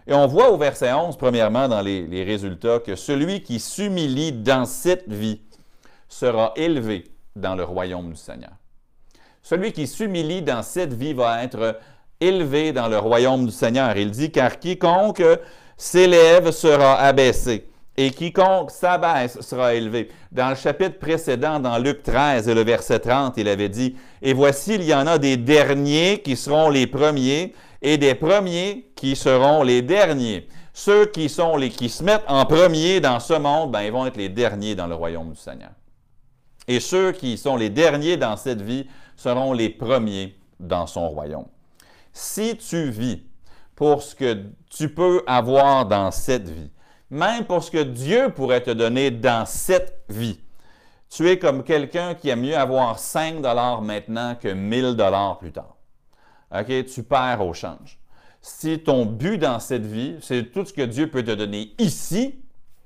Et on voit au verset 11, premièrement, dans les résultats, que celui qui s'humilie dans cette vie sera élevé dans le royaume du Seigneur. Celui qui s'humilie dans cette vie va être élevé dans le royaume du Seigneur. Il dit, car quiconque s'élève sera abaissé, et quiconque s'abaisse sera élevé. Dans le chapitre précédent, dans Luc 13 et le verset 30, il avait dit, « Et voici, il y en a des derniers qui seront les premiers, et des premiers qui seront les derniers. » Ceux qui se mettent en premier dans ce monde, ben, ils vont être les derniers dans le royaume du Seigneur. Et ceux qui sont les derniers dans cette vie seront les premiers dans son royaume. Si tu vis pour ce que tu peux avoir dans cette vie, même pour ce que Dieu pourrait te donner dans cette vie, tu es comme quelqu'un qui aime mieux avoir 5 $ maintenant que 1000 $ plus tard. OK? Tu perds au change. Si ton but dans cette vie, c'est tout ce que Dieu peut te donner ici,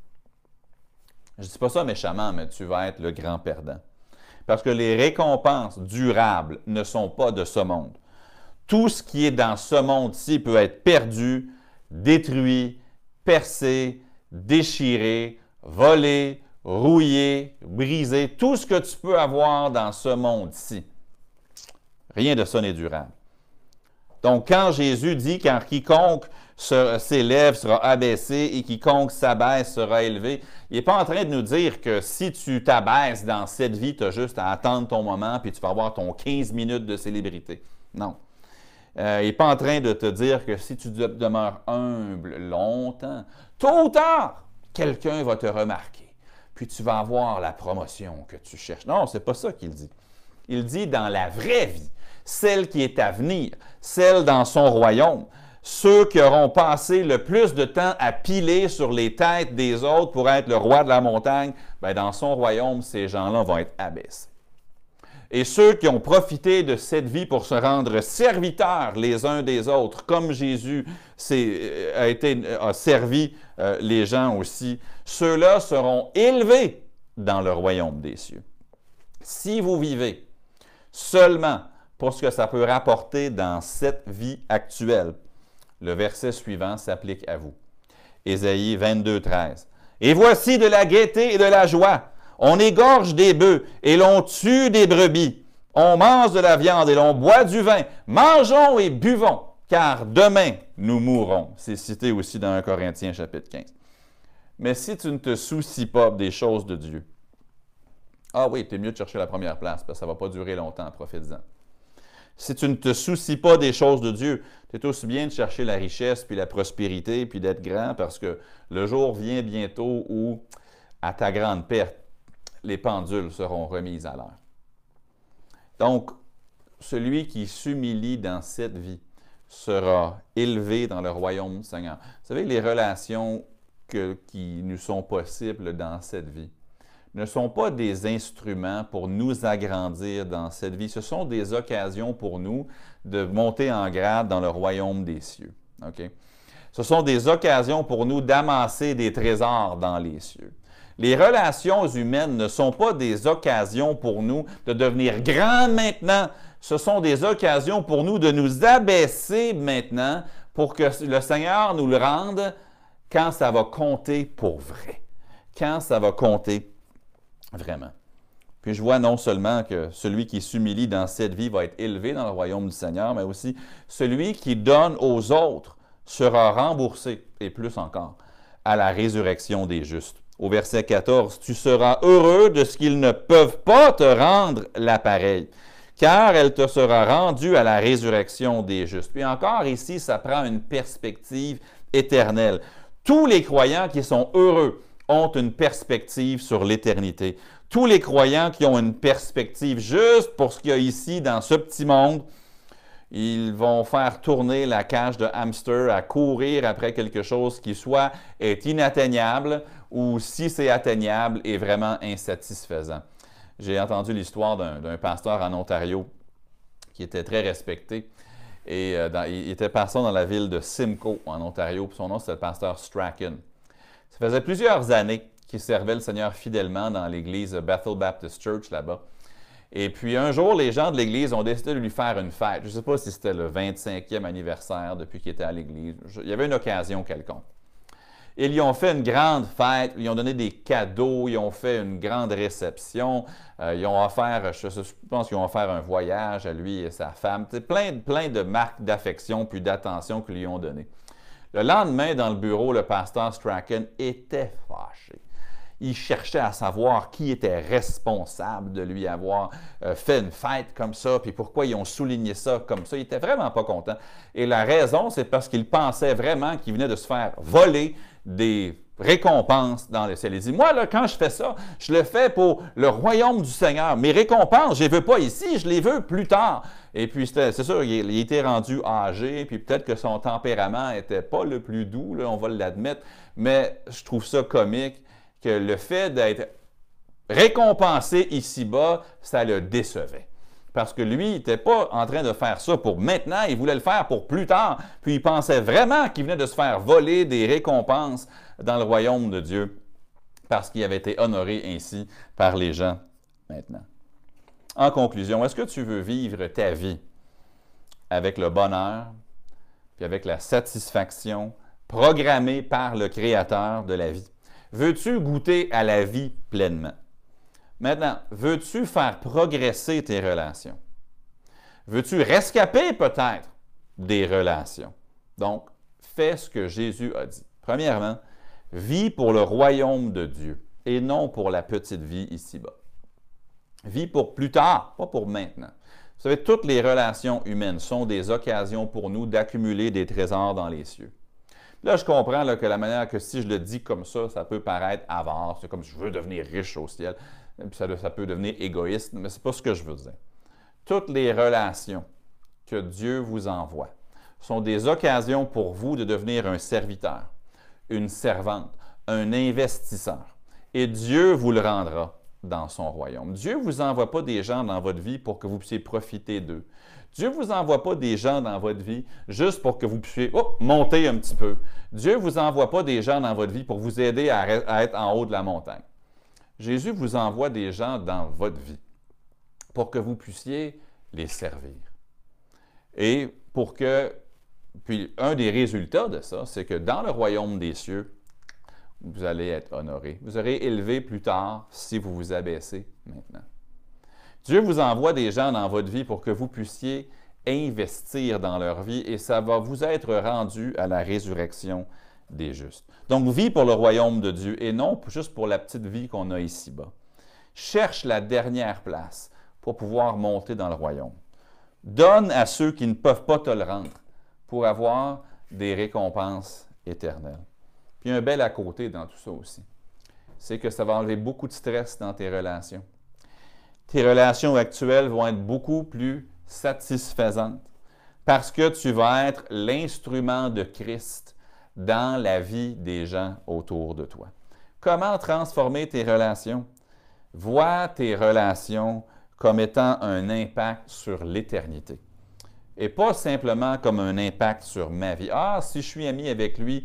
je ne dis pas ça méchamment, mais tu vas être le grand perdant. Parce que les récompenses durables ne sont pas de ce monde. Tout ce qui est dans ce monde-ci peut être perdu, détruit, percé, déchiré, volé, rouillé, brisé. Tout ce que tu peux avoir dans ce monde-ci. Rien de ça n'est durable. Donc, quand Jésus dit « Car quiconque s'élève sera abaissé et quiconque s'abaisse sera élevé », il n'est pas en train de nous dire que si tu t'abaisses dans cette vie, tu as juste à attendre ton moment puis tu vas avoir ton 15 minutes de célébrité. Non. Il n'est pas en train de te dire que si tu demeures humble longtemps, tôt ou tard, quelqu'un va te remarquer. Puis tu vas avoir la promotion que tu cherches. Non, ce n'est pas ça qu'il dit. Il dit dans la vraie vie, celle qui est à venir, celle dans son royaume, ceux qui auront passé le plus de temps à piler sur les têtes des autres pour être le roi de la montagne, bien, dans son royaume, ces gens-là vont être abaissés. Et ceux qui ont profité de cette vie pour se rendre serviteurs les uns des autres, comme Jésus a servi les gens aussi, ceux-là seront élevés dans le royaume des cieux. Si vous vivez seulement pour ce que ça peut rapporter dans cette vie actuelle, le verset suivant s'applique à vous. Ésaïe 22, 13. « Et voici de la gaieté et de la joie. On égorge des bœufs et l'on tue des brebis. On mange de la viande et l'on boit du vin. Mangeons et buvons, car demain nous mourrons. » C'est cité aussi dans 1 Corinthiens chapitre 15. Mais si tu ne te soucies pas des choses de Dieu, ah oui, tu es mieux de chercher la première place, parce que ça ne va pas durer longtemps, profite-en. Si tu ne te soucies pas des choses de Dieu, tu es aussi bien de chercher la richesse, puis la prospérité, puis d'être grand, parce que le jour vient bientôt où, à ta grande perte, les pendules seront remises à l'heure. Donc, celui qui s'humilie dans cette vie sera élevé dans le royaume du Seigneur. Vous savez, les relations qui nous sont possibles dans cette vie ne sont pas des instruments pour nous agrandir dans cette vie. Ce sont des occasions pour nous de monter en grade dans le royaume des cieux. Okay? Ce sont des occasions pour nous d'amasser des trésors dans les cieux. Les relations humaines ne sont pas des occasions pour nous de devenir grands maintenant. Ce sont des occasions pour nous de nous abaisser maintenant pour que le Seigneur nous le rende quand ça va compter pour vrai. Quand ça va compter vraiment. Puis je vois non seulement que celui qui s'humilie dans cette vie va être élevé dans le royaume du Seigneur, mais aussi celui qui donne aux autres sera remboursé, et plus encore, à la résurrection des justes. Au verset 14, « Tu seras heureux de ce qu'ils ne peuvent pas te rendre l'appareil, car elle te sera rendue à la résurrection des justes. » Puis encore ici, ça prend une perspective éternelle. Tous les croyants qui sont heureux ont une perspective sur l'éternité. Tous les croyants qui ont une perspective juste pour ce qu'il y a ici dans ce petit monde, ils vont faire tourner la cage de hamster à courir après quelque chose qui soit est inatteignable ou si c'est atteignable est vraiment insatisfaisant. J'ai entendu l'histoire d'un pasteur en Ontario qui était très respecté. Et il était pasteur dans la ville de Simcoe, en Ontario, puis son nom c'était le pasteur Strachan. Ça faisait plusieurs années qu'il servait le Seigneur fidèlement dans l'église Bethel Baptist Church là-bas. Et puis un jour, les gens de l'Église ont décidé de lui faire une fête. Je ne sais pas si c'était le 25e anniversaire depuis qu'il était à l'Église. Il y avait une occasion quelconque. Ils lui ont fait une grande fête, ils ont donné des cadeaux, ils ont fait une grande réception, ils ont offert, je pense qu'ils ont offert un voyage à lui et sa femme. Plein de marques d'affection puis d'attention qu'ils lui ont données. Le lendemain, dans le bureau, le pasteur Strachan était fâché. Il cherchait à savoir qui était responsable de lui avoir fait une fête comme ça, puis pourquoi ils ont souligné ça comme ça. Il n'était vraiment pas content. Et la raison, c'est parce qu'il pensait vraiment qu'il venait de se faire voler des récompenses dans le ciel. Il dit, moi, là, quand je fais ça, je le fais pour le royaume du Seigneur. Mes récompenses, je ne les veux pas ici, je les veux plus tard. Et puis, c'est sûr, il était rendu âgé, puis peut-être que son tempérament n'était pas le plus doux, là, on va l'admettre, mais je trouve ça comique que le fait d'être récompensé ici-bas, ça le décevait. Parce que lui, il n'était pas en train de faire ça pour maintenant, il voulait le faire pour plus tard. Puis il pensait vraiment qu'il venait de se faire voler des récompenses dans le royaume de Dieu, parce qu'il avait été honoré ainsi par les gens maintenant. En conclusion, est-ce que tu veux vivre ta vie avec le bonheur, puis avec la satisfaction programmée par le Créateur de la vie? Veux-tu goûter à la vie pleinement? Maintenant, veux-tu faire progresser tes relations? Veux-tu rescaper peut-être des relations? Donc, fais ce que Jésus a dit. Premièrement, vis pour le royaume de Dieu et non pour la petite vie ici-bas. Vis pour plus tard, pas pour maintenant. Vous savez, toutes les relations humaines sont des occasions pour nous d'accumuler des trésors dans les cieux. Là, je comprends là, que la manière que si je le dis comme ça peut paraître avare. C'est comme si je veux devenir riche au ciel. Puis ça peut devenir égoïste, mais ce n'est pas ce que je veux dire. Toutes les relations que Dieu vous envoie sont des occasions pour vous de devenir un serviteur, une servante, un investisseur. Et Dieu vous le rendra dans son royaume. Dieu ne vous envoie pas des gens dans votre vie pour que vous puissiez profiter d'eux. Dieu ne vous envoie pas des gens dans votre vie juste pour que vous puissiez monter un petit peu. Dieu ne vous envoie pas des gens dans votre vie pour vous aider à être en haut de la montagne. Jésus vous envoie des gens dans votre vie pour que vous puissiez les servir. Et pour que, puis un des résultats de ça, c'est que dans le royaume des cieux, vous allez être honoré. Vous serez élevé plus tard si vous vous abaissez maintenant. Dieu vous envoie des gens dans votre vie pour que vous puissiez investir dans leur vie et ça va vous être rendu à la résurrection des justes. Donc, vis pour le royaume de Dieu et non juste pour la petite vie qu'on a ici-bas. Cherche la dernière place pour pouvoir monter dans le royaume. Donne à ceux qui ne peuvent pas te le rendre pour avoir des récompenses éternelles. Puis un bel à côté dans tout ça aussi, c'est que ça va enlever beaucoup de stress dans tes relations. Tes relations actuelles vont être beaucoup plus satisfaisantes parce que tu vas être l'instrument de Christ dans la vie des gens autour de toi. Comment transformer tes relations? Vois tes relations comme étant un impact sur l'éternité. Et pas simplement comme un impact sur ma vie. Ah, si je suis ami avec lui,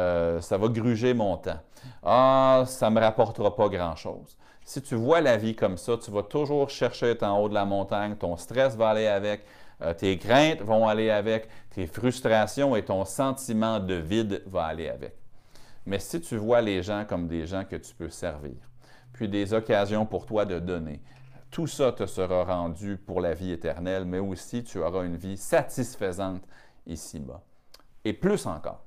ça va gruger mon temps. Ah, ça ne me rapportera pas grand-chose. Si tu vois la vie comme ça, tu vas toujours chercher à être en haut de la montagne, ton stress va aller avec, tes craintes vont aller avec, tes frustrations et ton sentiment de vide va aller avec. Mais si tu vois les gens comme des gens que tu peux servir, puis des occasions pour toi de donner, tout ça te sera rendu pour la vie éternelle, mais aussi tu auras une vie satisfaisante ici-bas. Et plus encore,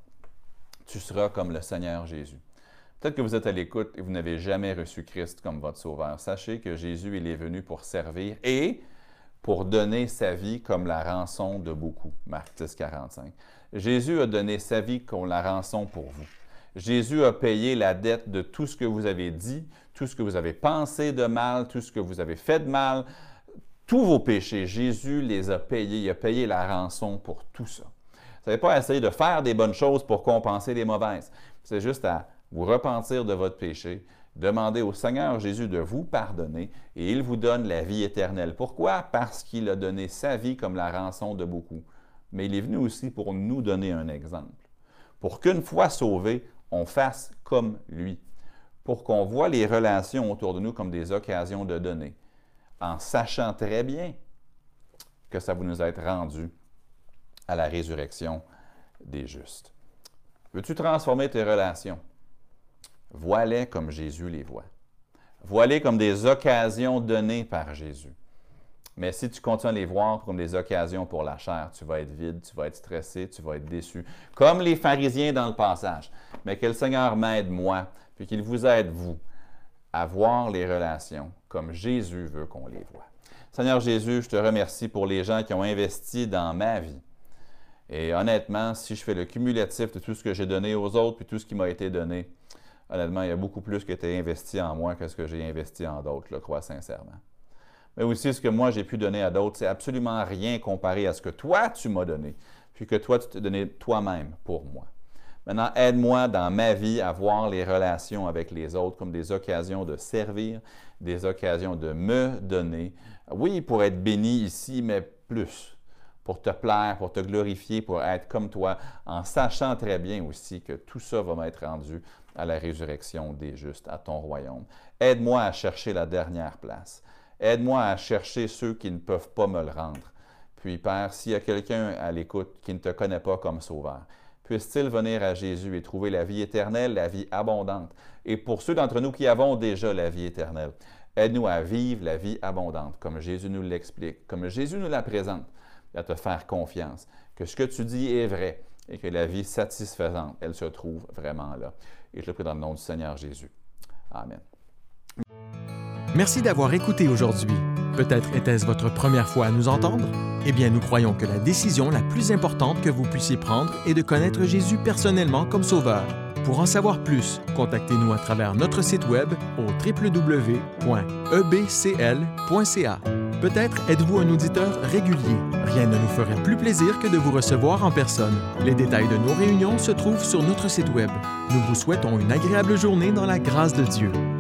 tu seras comme le Seigneur Jésus. Peut-être que vous êtes à l'écoute et vous n'avez jamais reçu Christ comme votre Sauveur. Sachez que Jésus, il est venu pour servir et pour donner sa vie comme la rançon de beaucoup. Marc 10, 45. Jésus a donné sa vie comme la rançon pour vous. Jésus a payé la dette de tout ce que vous avez dit, tout ce que vous avez pensé de mal, tout ce que vous avez fait de mal, tous vos péchés. Jésus les a payés. Il a payé la rançon pour tout ça. Vous n'avez pas à essayer de faire des bonnes choses pour compenser les mauvaises. C'est juste à vous repentir de votre péché, demander au Seigneur Jésus de vous pardonner et il vous donne la vie éternelle. Pourquoi? Parce qu'il a donné sa vie comme la rançon de beaucoup. Mais il est venu aussi pour nous donner un exemple. Pour qu'une fois sauvés, on fasse comme lui. Pour qu'on voit les relations autour de nous comme des occasions de donner. en sachant très bien que ça va nous être rendu à la résurrection des justes. Veux-tu transformer tes relations? Vois-les comme Jésus les voit. Vois-les comme des occasions données par Jésus. Mais si tu continues à les voir comme des occasions pour la chair, tu vas être vide, tu vas être stressé, tu vas être déçu, comme les pharisiens dans le passage. Mais que le Seigneur m'aide, moi, puis qu'il vous aide, vous, à voir les relations comme Jésus veut qu'on les voie. Seigneur Jésus, je te remercie pour les gens qui ont investi dans ma vie. Et honnêtement, si je fais le cumulatif de tout ce que j'ai donné aux autres, puis tout ce qui m'a été donné, honnêtement, il y a beaucoup plus qui a été investi en moi que ce que j'ai investi en d'autres, je le crois sincèrement. Mais aussi, ce que moi j'ai pu donner à d'autres, c'est absolument rien comparé à ce que toi, tu m'as donné, puis que toi, tu t'es donné toi-même pour moi. Maintenant, aide-moi dans ma vie à voir les relations avec les autres comme des occasions de servir, des occasions de me donner. Oui, pour être béni ici, mais plus, pour te plaire, pour te glorifier, pour être comme toi, en sachant très bien aussi que tout ça va m'être rendu à la résurrection des justes, à ton royaume. Aide-moi à chercher la dernière place. Aide-moi à chercher ceux qui ne peuvent pas me le rendre. Puis, Père, s'il y a quelqu'un à l'écoute qui ne te connaît pas comme sauveur, puisse-t-il venir à Jésus et trouver la vie éternelle, la vie abondante. Et pour ceux d'entre nous qui avons déjà la vie éternelle, aide-nous à vivre la vie abondante, comme Jésus nous l'explique, comme Jésus nous la présente, et à te faire confiance, que ce que tu dis est vrai et que la vie satisfaisante, elle se trouve vraiment là. Et je le prie dans le nom du Seigneur Jésus. Amen. Merci d'avoir écouté aujourd'hui. Peut-être était-ce votre première fois à nous entendre? Eh bien, nous croyons que la décision la plus importante que vous puissiez prendre est de connaître Jésus personnellement comme Sauveur. Pour en savoir plus, contactez-nous à travers notre site web au www.ebcl.ca. Peut-être êtes-vous un auditeur régulier. Rien ne nous ferait plus plaisir que de vous recevoir en personne. Les détails de nos réunions se trouvent sur notre site web. Nous vous souhaitons une agréable journée dans la grâce de Dieu.